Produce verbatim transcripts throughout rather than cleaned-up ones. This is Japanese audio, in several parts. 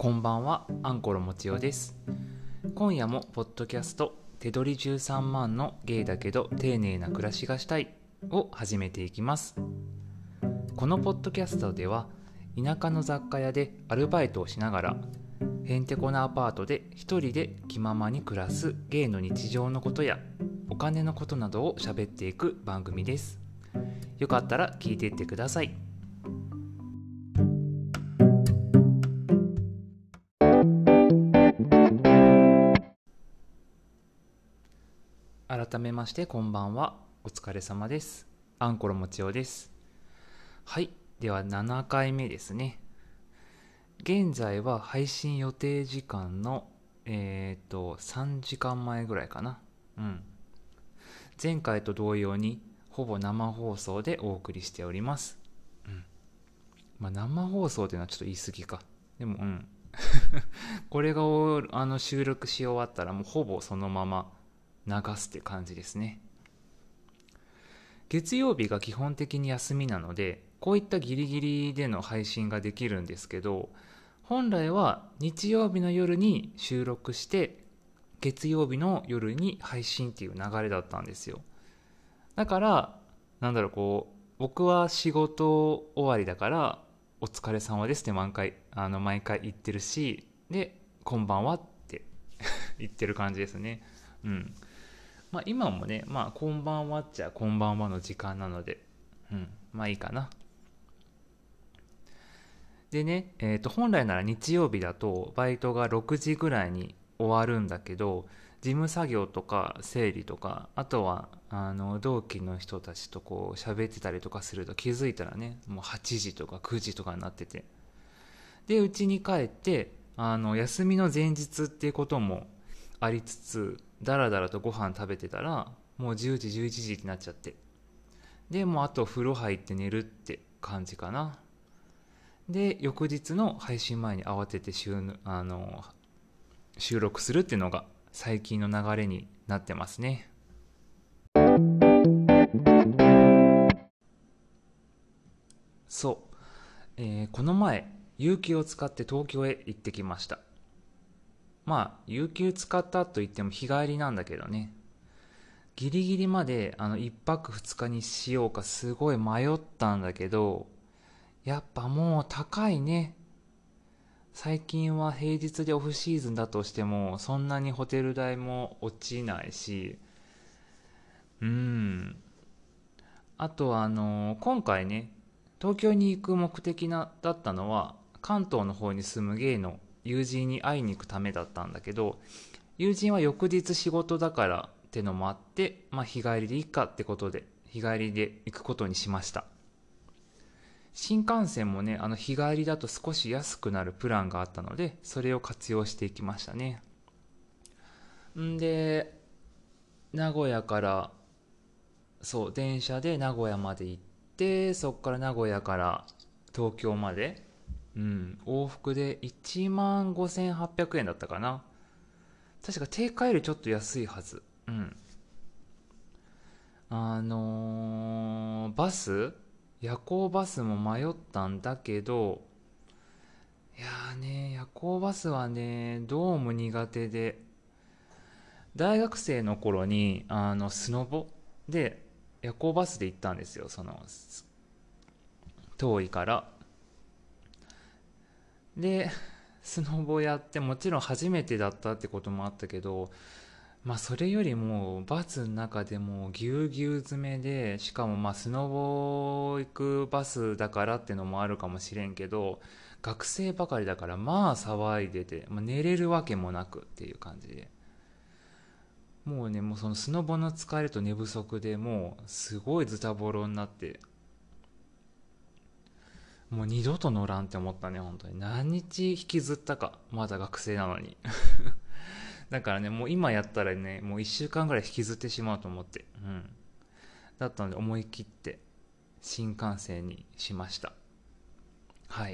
こんばんは、アンコロもちおです。今夜もポッドキャスト手取りじゅうさんまんのゲイだけど丁寧な暮らしがしたいを始めていきます。このポッドキャストでは田舎の雑貨屋でアルバイトをしながらへんてこなアパートで一人で気ままに暮らすゲイの日常のことやお金のことなどを喋っていく番組です。よかったら聞いていってください。改めましてこんばんは、お疲れ様です。アンコロもちおです。はい、ではななかいめですね。現在は配信予定時間のえっとさんじかんまえぐらいかな。うん前回と同様にほぼ生放送でお送りしております。うんまあ生放送っていうのはちょっと言い過ぎか。でもうんこれがあの収録し終わったらもうほぼそのまま流すって感じですね。月曜日が基本的に休みなのでこういったギリギリでの配信ができるんですけど、本来は日曜日の夜に収録して月曜日の夜に配信っていう流れだったんですよ。だからなんだろうこう僕は仕事終わりだからお疲れ様ですって毎回あの毎回言ってるし、でこんばんはって言ってる感じですね。うんまあ今もね、まあこんばんはっちゃこんばんはの時間なので、うんまあいいかな。でね、えーと本来なら日曜日だとバイトがろくじぐらいに終わるんだけど、事務作業とか整理とか、あとはあの同期の人たちとこう喋ってたりとかすると気づいたらねもうはちじとかくじとかになってて、で家に帰ってあの休みの前日っていうこともありつつだらだらとご飯食べてたらもうじゅうじじゅういちじってなっちゃって、でもうあと風呂入って寝るって感じかな。で翌日の配信前に慌てて収あの収録するっていうのが最近の流れになってますね。そう、えーこの前有給を使って東京へ行ってきました。まあ有給使ったと言っても日帰りなんだけどね、ギリギリまであのいっぱくふつかにしようかすごい迷ったんだけど、やっぱもう高いね。最近は平日でオフシーズンだとしてもそんなにホテル代も落ちないし、うーんあとはあのー今回ね東京に行く目的なだったのは関東の方に住むゲイの友人に会いに行くためだったんだけど、友人は翌日仕事だからってのもあって、まあ、日帰りでいいかってことで日帰りで行くことにしました。新幹線もねあの日帰りだと少し安くなるプランがあったのでそれを活用していきましたね。んで名古屋からそう電車で名古屋まで行って、そこから名古屋から東京まで、うん、往復でいちまんごせんはっぴゃくえんだったかな。確か定価よりちょっと安いはず。うんあのーバス夜行バスも迷ったんだけど、いやーね夜行バスはねどうも苦手で、大学生の頃にあのスノボで夜行バスで行ったんですよ、その遠いから。でスノボやってもちろん初めてだったってこともあったけど、まあそれよりもバスの中でもぎゅうぎゅう詰めで、しかもまあスノボ行くバスだからってのもあるかもしれんけど学生ばかりだからまあ騒いでて、まあ、寝れるわけもなくっていう感じで、もうねもうそのスノボの疲れと寝不足でもうすごいズタボロになって、もう二度と乗らんって思ったね。本当に何日引きずったか、まだ学生なのにだからねもう今やったらねもういっしゅうかんぐらい引きずってしまうと思って、うんだったので思い切って新幹線にしました。はい。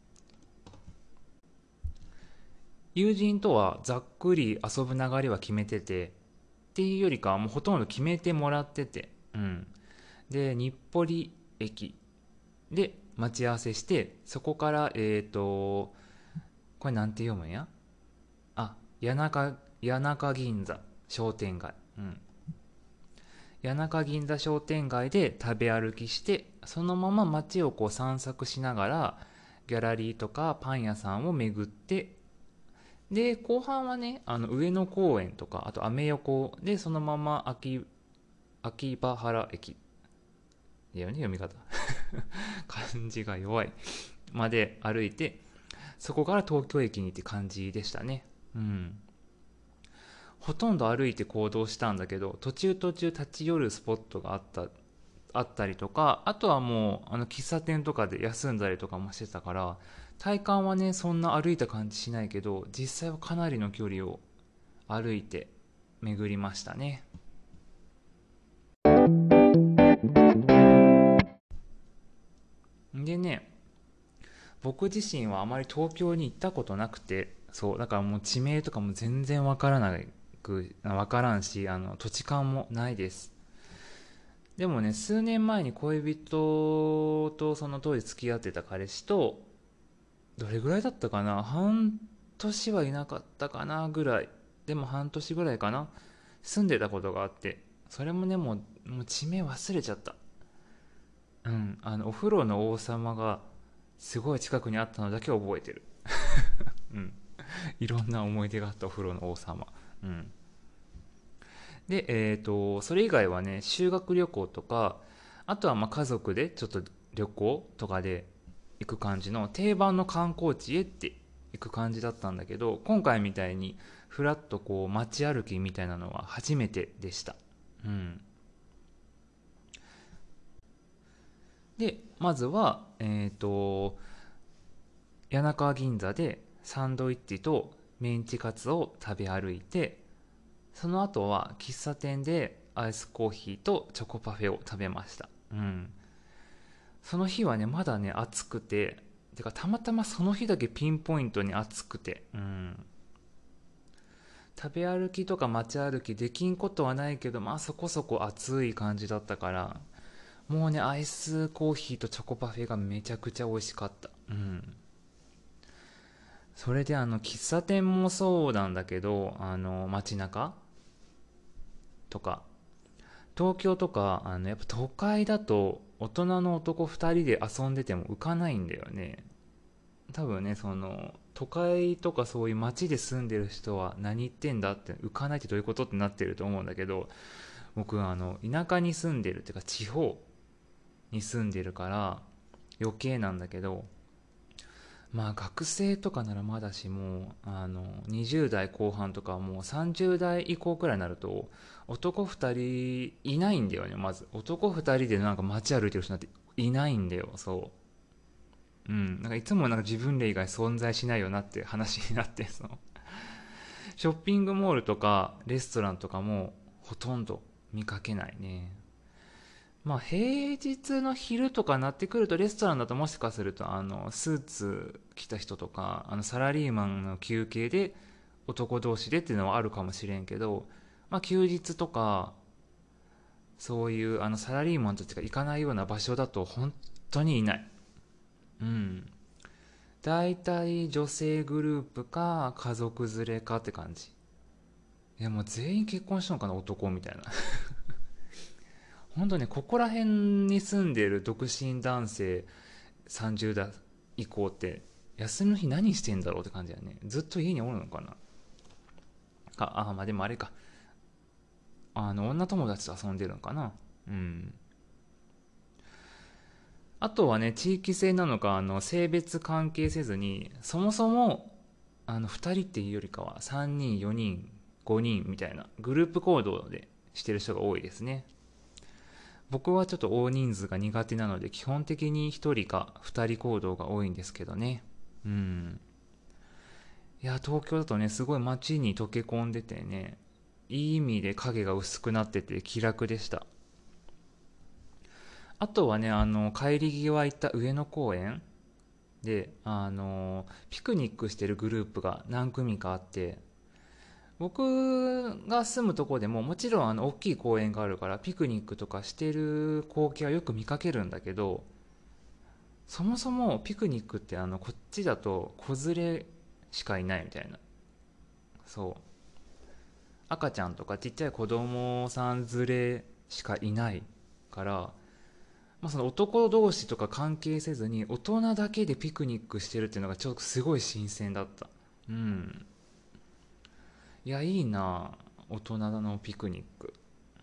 友人とはざっくり遊ぶ流れは決めててっていうよりかはもうほとんど決めてもらってて、うんで日暮里駅で待ち合わせして、そこからえっ、とこれなんて読むんや？あ、谷中、谷中銀座商店街。うん。谷中銀座商店街で食べ歩きして、そのまま街をこう散策しながら、ギャラリーとかパン屋さんを巡って、で、後半はね、あの上野公園とか、あとアメ横で、そのまま秋、秋葉原駅。いいよね、読み方。漢字が弱い。まで歩いて、そこから東京駅にって感じでしたね。うん。ほとんど歩いて行動したんだけど、途中途中立ち寄るスポットがあったあったりとか、あとはもうあの喫茶店とかで休んだりとかもしてたから、体感はねそんな歩いた感じしないけど、実際はかなりの距離を歩いて巡りましたね。でね、僕自身はあまり東京に行ったことなくて、そうだからもう地名とかも全然わからないくわからんし、あの土地勘もないです。でもね、数年前に恋人とその当時付き合ってた彼氏と、どれぐらいだったかな、半年はいなかったかなぐらい、でも半年ぐらいかな、住んでたことがあって、それもね、もうもう地名忘れちゃった。うん、あのお風呂の王様がすごい近くにあったのだけ覚えてる。うん、いろんな思い出があったお風呂の王様。うん。で、えっとそれ以外はね、修学旅行とか、あとはまあ家族でちょっと旅行とかで行く感じの定番の観光地へって行く感じだったんだけど、今回みたいにフラッとこう街歩きみたいなのは初めてでした。うん。でまずはえっ、と谷中銀座でサンドイッチとメンチカツを食べ歩いて、その後は喫茶店でアイスコーヒーとチョコパフェを食べました。うん。その日はね、まだね、暑くて、てかたまたまその日だけピンポイントに暑くて、うん。食べ歩きとか街歩きできんことはないけど、まあそこそこ暑い感じだったから、もうね、アイスコーヒーとチョコパフェがめちゃくちゃ美味しかった。うん。それであの、喫茶店もそうなんだけど、あの、街中とか、東京とか、あの、やっぱ都会だと、大人の男ふたりで遊んでても浮かないんだよね。多分ね、その都会とかそういう街で住んでる人は何言ってんだって、浮かないってどういうことってなってると思うんだけど、僕はあの田舎に住んでるっていうか地方に住んでるから余計なんだけど、まあ学生とかならまだしも、あのにじゅう代後半とかもうさんじゅう代以降くらいになると男ふたりいないんだよね。まず男ふたりでなんか街歩いてる人なんていないんだよ。そう。うん、なんかいつもなんか自分例以外存在しないよなって話になって、そのショッピングモールとかレストランとかもほとんど見かけないね。まあ平日の昼とかなってくると、レストランだともしかするとあのスーツ着た人とか、あのサラリーマンの休憩で男同士でっていうのはあるかもしれんけど、まあ休日とかそういうあのサラリーマンたちが行かないような場所だと本当にいない。うん。大体女性グループか家族連れかって感じ。いやもう全員結婚したのかな、男みたいな。本当ね、ここら辺に住んでる独身男性さんじゅう代以降って休みの日何してんだろうって感じだよね。ずっと家におるのかな。かあまあでもあれか、あの女友達と遊んでるのかな。うん。あとはね、地域性なのか、あの性別関係せずに、そもそもあのふたりっていうよりかはさんにんよにんごにんみたいなグループ行動でしてる人が多いですね。僕はちょっと大人数が苦手なので基本的にひとりかふたり行動が多いんですけどね。うん。いや東京だとね、すごい街に溶け込んでてね、いい意味で影が薄くなってて気楽でした。あとはね、あの帰り際行った上野公園で、あのピクニックしてるグループが何組かあって、僕が住むとこでももちろんあの大きい公園があるからピクニックとかしてる光景はよく見かけるんだけど、そもそもピクニックってあのこっちだと子連れしかいないみたいな。そう赤ちゃんとかちっちゃい子供さん連れしかいないから、まあ、その男同士とか関係せずに大人だけでピクニックしてるっていうのがちょっとすごい新鮮だった。うん。いや、いいな、大人のピクニック。うん。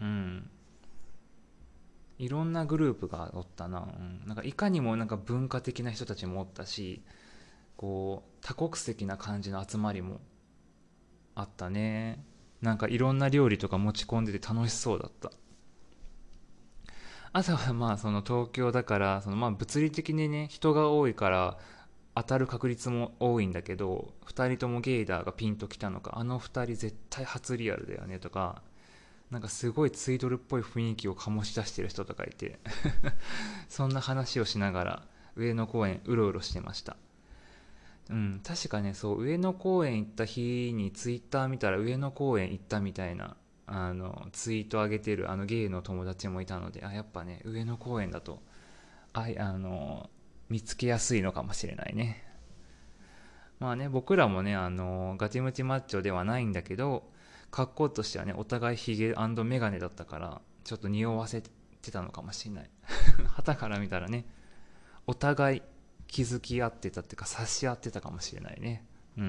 いろんなグループがおったな。うん、なんかいかにもなんか文化的な人たちもおったし、こう多国籍な感じの集まりもあったね。なんかいろんな料理とか持ち込んでて楽しそうだった。あとはまあその東京だから、そのまあ物理的にね人が多いから当たる確率も多いんだけど、ふたりともゲイダーがピンときたのか、あのふたり絶対初リアルだよねとか、なんかすごいツイドルっぽい雰囲気を醸し出してる人とかいてそんな話をしながら上野公園うろうろしてました。うん、確かね、そう上野公園行った日にツイッター見たら上野公園行ったみたいなあのツイート上げてるあのゲイの友達もいたので、あ、やっぱね上野公園だとあいあの見つけやすいのかもしれないね。まあね、僕らもねあのガチムチマッチョではないんだけど、格好としてはねお互いヒゲメガネだったからちょっと匂わせてたのかもしれない旗から見たらね、お互い気づき合ってたっていうか察し合ってたかもしれないね。うん。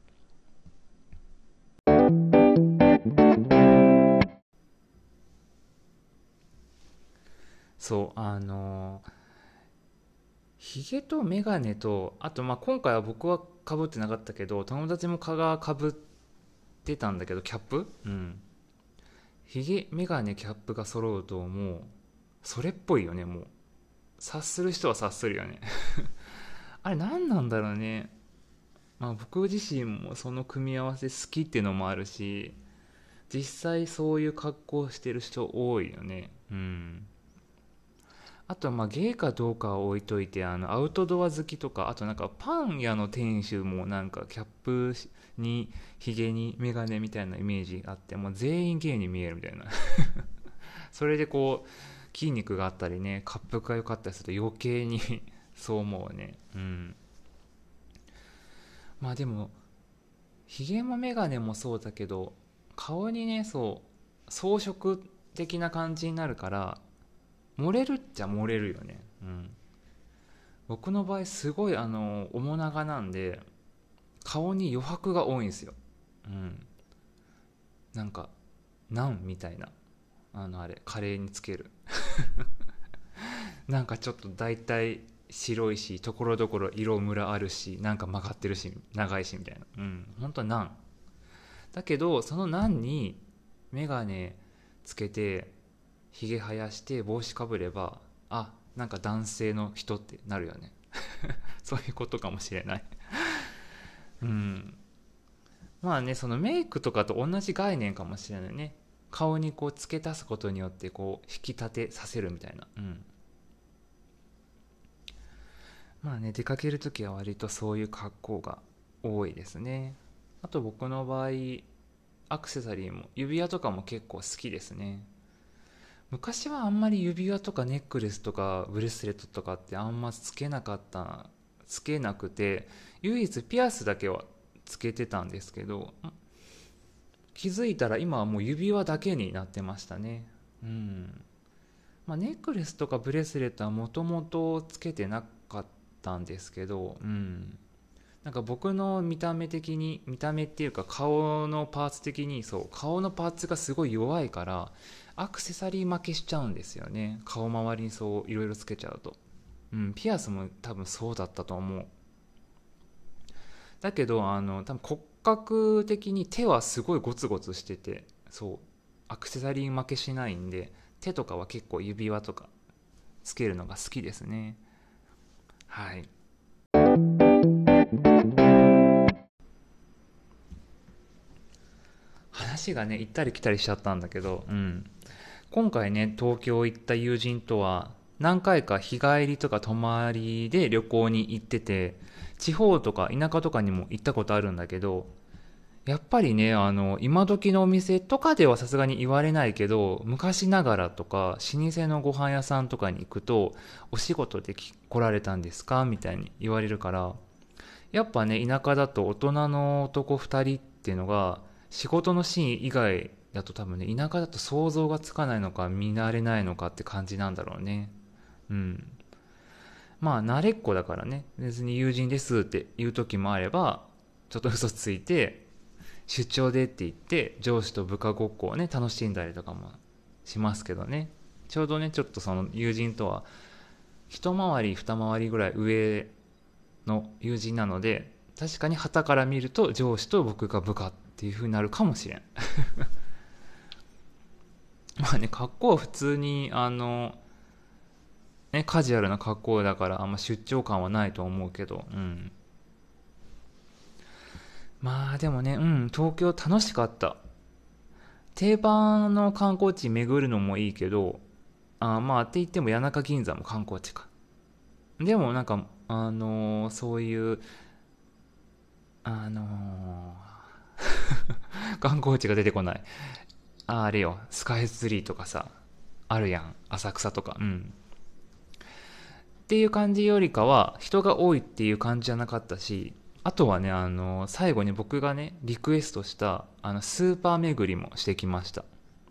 そうあのヒゲとメガネと、あとまあ今回は僕はかぶってなかったけど友達も蚊がかぶってたんだけど、キャップ、うん、ヒゲメガネキャップが揃うともうそれっぽいよね。もう察する人は察するよねあれ何なんだろうね。まあ僕自身もその組み合わせ好きっていうのもあるし、実際そういう格好してる人多いよね。うん。あとはまあゲイかどうかは置いといて、あのアウトドア好きとか、あとなんかパン屋の店主もなんかキャップにヒゲにメガネみたいなイメージあって、もう全員ゲイに見えるみたいなそれでこう筋肉があったりね、滑腹が良かったりすると余計にそう思うね。うん。まあでもヒゲもメガネもそうだけど、顔にね、そう装飾的な感じになるから漏れるっちゃ漏れるよね。うん。僕の場合すごいあの面長なんで顔に余白が多いんですよ。うん。なんかナンみたいな、あのあれカレーにつけるなんかちょっと大体白いし、ところどころ色ムラあるし、なんか曲がってるし長いしみたいな。うん、本当はナンだけど、そのナンにメガネつけてひげ生やして帽子かぶれば、あ、なんか男性の人ってなるよねそういうことかもしれないうん。まあね、そのメイクとかと同じ概念かもしれないね。顔にこう付け足すことによってこう引き立てさせるみたいな。うん。まあね、出かけるときは割とそういう格好が多いですね。あと僕の場合、アクセサリーも指輪とかも結構好きですね。昔はあんまり指輪とかネックレスとかブレスレットとかってあんまつけなかったつけなくて、唯一ピアスだけはつけてたんですけど、気づいたら今はもう指輪だけになってましたね。うん。まあネックレスとかブレスレットはもともとつけてなかったんですけど、うん、なんか僕の見た目的に、見た目っていうか顔のパーツ的に、そう顔のパーツがすごい弱いからアクセサリー負けしちゃうんですよね。顔周りにそういろいろつけちゃうと。うん、ピアスも多分そうだったと思う。だけどあの多分骨格的に手はすごいゴツゴツしてて、そうアクセサリー負けしないんで、手とかは結構指輪とかつけるのが好きですね。はい。話がね行ったり来たりしちゃったんだけど、うん、今回ね東京行った友人とは何回か日帰りとか泊まりで旅行に行ってて、地方とか田舎とかにも行ったことあるんだけど、やっぱりねあの今時のお店とかではさすがに言われないけど、昔ながらとか老舗のご飯屋さんとかに行くと、お仕事で来られたんですかみたいに言われるから、 やっぱね、田舎だと大人の男ふたりっていうのが、仕事のシーン以外だと多分ね、田舎だと想像がつかないのか見慣れないのかって感じなんだろうね。うん。まあ、慣れっこだからね、別に友人ですって言う時もあれば、ちょっと嘘ついて、出張でって言って、上司と部下ごっこをね、楽しんだりとかもしますけどね。ちょうどね、ちょっとその友人とは、一回り二回りぐらい上の友人なので、確かに傍から見ると上司と僕が部下っていう風になるかもしれん。まあね、格好は普通に、あの、ね、カジュアルな格好だからあんま出張感はないと思うけど、うん。まあでもね、うん、東京楽しかった。定番の観光地巡るのもいいけど、あまあって言っても谷中銀座も観光地か。でもなんか、あのーそういう、あのー観光地が出てこない。ああれよ、スカイツリーとかさ、あるやん。浅草とか。うん。っていう感じよりかは、人が多いっていう感じじゃなかったし、あとはね、あの、最後に僕がね、リクエストした、あの、スーパー巡りもしてきました。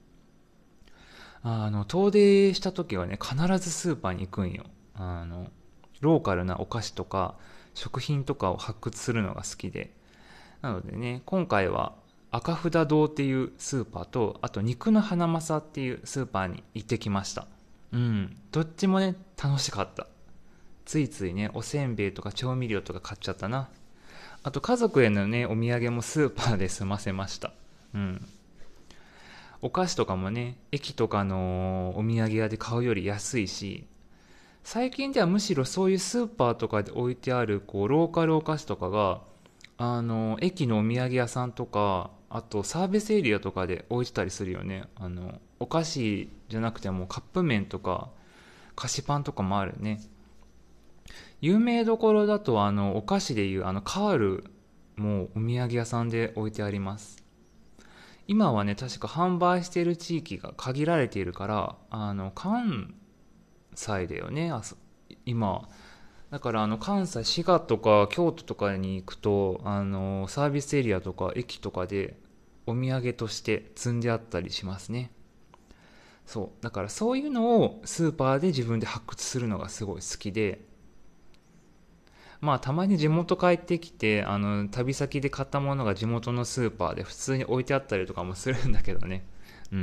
あの、遠出した時はね、必ずスーパーに行くんよ。あの、ローカルなお菓子とか、食品とかを発掘するのが好きで。なのでね、今回は赤札堂っていうスーパーと、あと肉のハナマサっていうスーパーに行ってきました。うん。どっちもね、楽しかった。ついついね、おせんべいとか調味料とか買っちゃったな。あと家族へのね、お土産もスーパーで済ませました。うん。お菓子とかもね、駅とかのお土産屋で買うより安いし、最近ではむしろそういうスーパーとかで置いてあるこうローカルお菓子とかが、あの、駅のお土産屋さんとか、あとサービスエリアとかで置いてたりするよね。あの、お菓子じゃなくてもカップ麺とか菓子パンとかもあるね。有名どころだとあの、お菓子でいうあの、カールもお土産屋さんで置いてあります。今はね、確か販売している地域が限られているから、あの、関西だよね、あそ今。だからあの関西、滋賀とか京都とかに行くと、あのサービスエリアとか駅とかでお土産として積んであったりしますね。そうだからそういうのをスーパーで自分で発掘するのがすごい好きで、まあたまに地元帰ってきて、あの旅先で買ったものが地元のスーパーで普通に置いてあったりとかもするんだけどね。うん。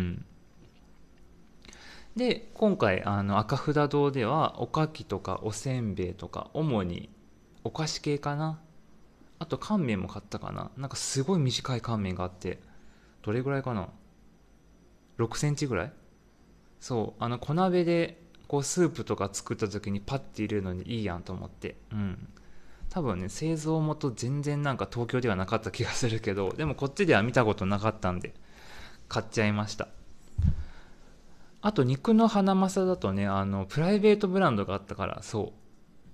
で今回あの赤札堂ではおかきとかおせんべいとか主にお菓子系かな。あと乾麺も買ったかな。なんかすごい短い乾麺があって、どれぐらいかな、ろくセンチぐらい。そう、あの小鍋でこうスープとか作った時にパッて入れるのにいいやんと思って。うん。多分ね、製造元全然なんか東京ではなかった気がするけど、でもこっちでは見たことなかったんで、買っちゃいました。あと肉のハナマサだとね、あの、プライベートブランドがあったから、そう。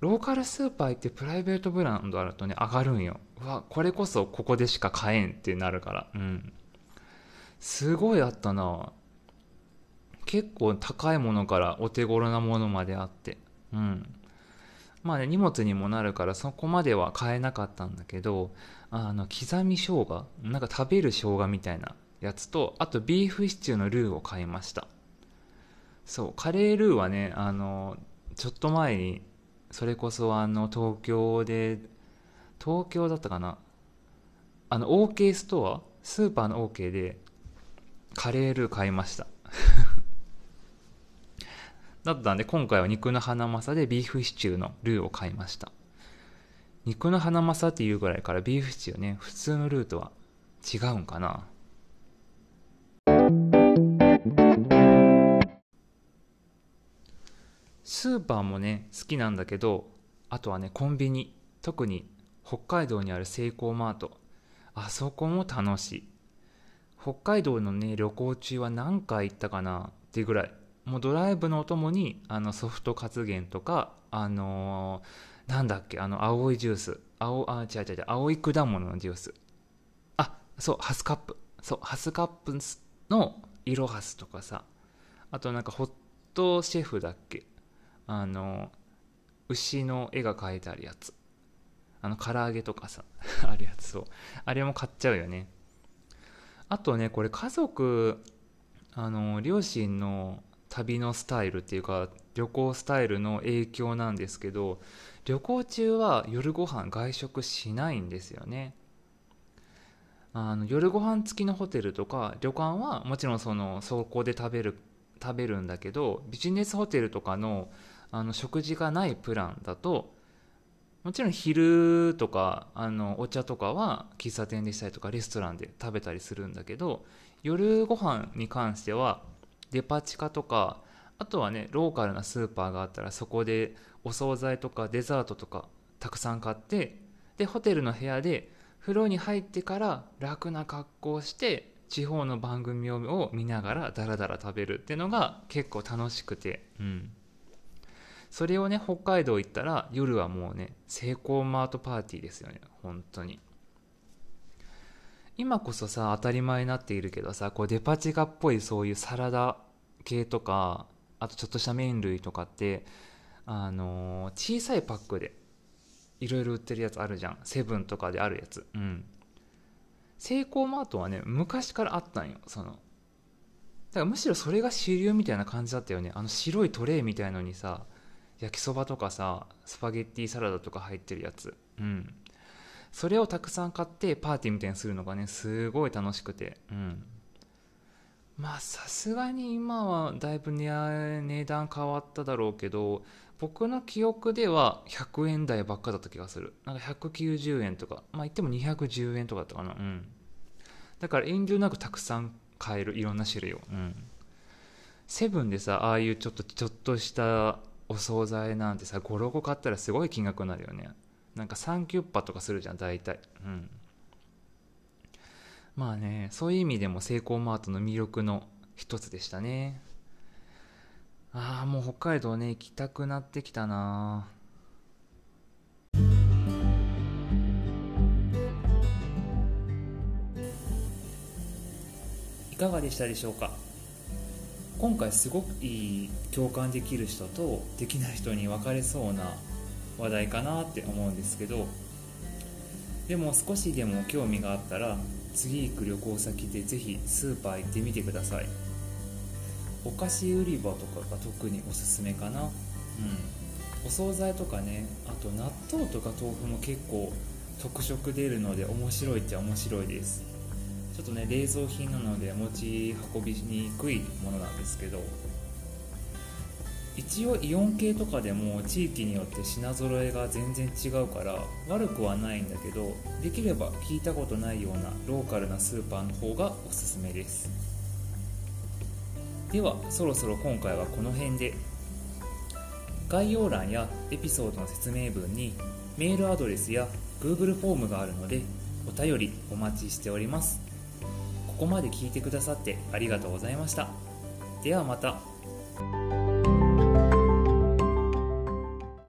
ローカルスーパー行ってプライベートブランドあるとね、上がるんよ。うわ、これこそここでしか買えんってなるから。うん。すごいあったな。結構高いものからお手頃なものまであって。うん。まあね、荷物にもなるからそこまでは買えなかったんだけど、あの、刻み生姜なんか食べる生姜みたいなやつと、あとビーフシチューのルーを買いました。そう、カレールーはね、あの、ちょっと前に、それこそあの、東京で、東京だったかな、あの、オーケー ストア、スーパーの オーケー で、カレールー買いました。だったんで、今回は肉のハナマサでビーフシチューのルーを買いました。肉のハナマサっていうぐらいからビーフシチューね、普通のルーとは違うんかな。スーパーもね、好きなんだけど、あとはね、コンビニ。特に北海道にあるセイコーマート。あそこも楽しい。北海道のね、旅行中は何回行ったかなっていうぐらい。もうドライブのお供に、あのソフト活源とか、あのーなんだっけ、あの青いジュース。青、あ、違う違う違う、青い果物のジュース。あ、そう、ハスカップ。そう、ハスカップのイロハスとかさ。あとなんかホットシェフだっけ、あの、牛の絵が描いてあるやつ。 あの唐揚げとかさあるやつを、あれも買っちゃうよね。あとね、これ家族、あの両親の旅のスタイルっていうか旅行スタイルの影響なんですけど、旅行中は夜ご飯外食しないんですよね。あの夜ご飯付きのホテルとか旅館はもちろんそのそこで食べる食べるんだけど、ビジネスホテルとかのあの食事がないプランだと、もちろん昼とかあのお茶とかは喫茶店でしたりとかレストランで食べたりするんだけど、夜ご飯に関してはデパ地下とか、あとはねローカルなスーパーがあったらそこでお惣菜とかデザートとかたくさん買って、でホテルの部屋で風呂に入ってから楽な格好をして地方の番組を見ながらダラダラ食べるっていうのが結構楽しくて、うん、それをね北海道行ったら夜はもうねセイコーマートパーティーですよね。本当に今こそさ当たり前になっているけどさ、こうデパ地下っぽいそういうサラダ系とか、あとちょっとした麺類とかって、あのー小さいパックでいろいろ売ってるやつあるじゃん。セブンとかであるやつ。うん。セイコーマートはね昔からあったんよ。そのだからむしろそれが主流みたいな感じだったよね。あの白いトレイみたいのにさ、焼きそばとかさスパゲッティサラダとか入ってるやつ。うん。それをたくさん買ってパーティーみたいにするのがねすごい楽しくて、うん。まあさすがに今はだいぶ値値段変わっただろうけど、僕の記憶ではひゃくえん台ばっかだった気がする。なんかひゃくきゅうじゅうえんとか、まあ言ってもにひゃくじゅうえんとかだったかな。うん。だから遠慮なくたくさん買える、いろんな種類を。うん。セブンでさ、ああいうちょっとちょっとしたお惣菜なんてさ、ご、ろっこ買ったらすごい金額になるよね。なんかさんキュッパとかするじゃん、大体。うん。まあね、そういう意味でもセイコーマートの魅力の一つでしたね。ああ、もう北海道ね、行きたくなってきたな。いかがでしたでしょうか。今回すごくいい共感できる人とできない人に分かれそうな話題かなって思うんですけど、でも少しでも興味があったら次行く旅行先でぜひスーパー行ってみてください。お菓子売り場とかが特におすすめかな。うん。お惣菜とかね、あと納豆とか豆腐も結構特色出るので面白いっちゃ面白いです。ちょっとね冷蔵品なので持ち運びにくいものなんですけど、一応イオン系とかでも地域によって品揃えが全然違うから悪くはないんだけど、できれば聞いたことないようなローカルなスーパーの方がおすすめです。ではそろそろ今回はこの辺で。概要欄やエピソードの説明文にメールアドレスや Google フォームがあるのでお便りお待ちしております。ここまで聞いてくださってありがとうございました。ではまた。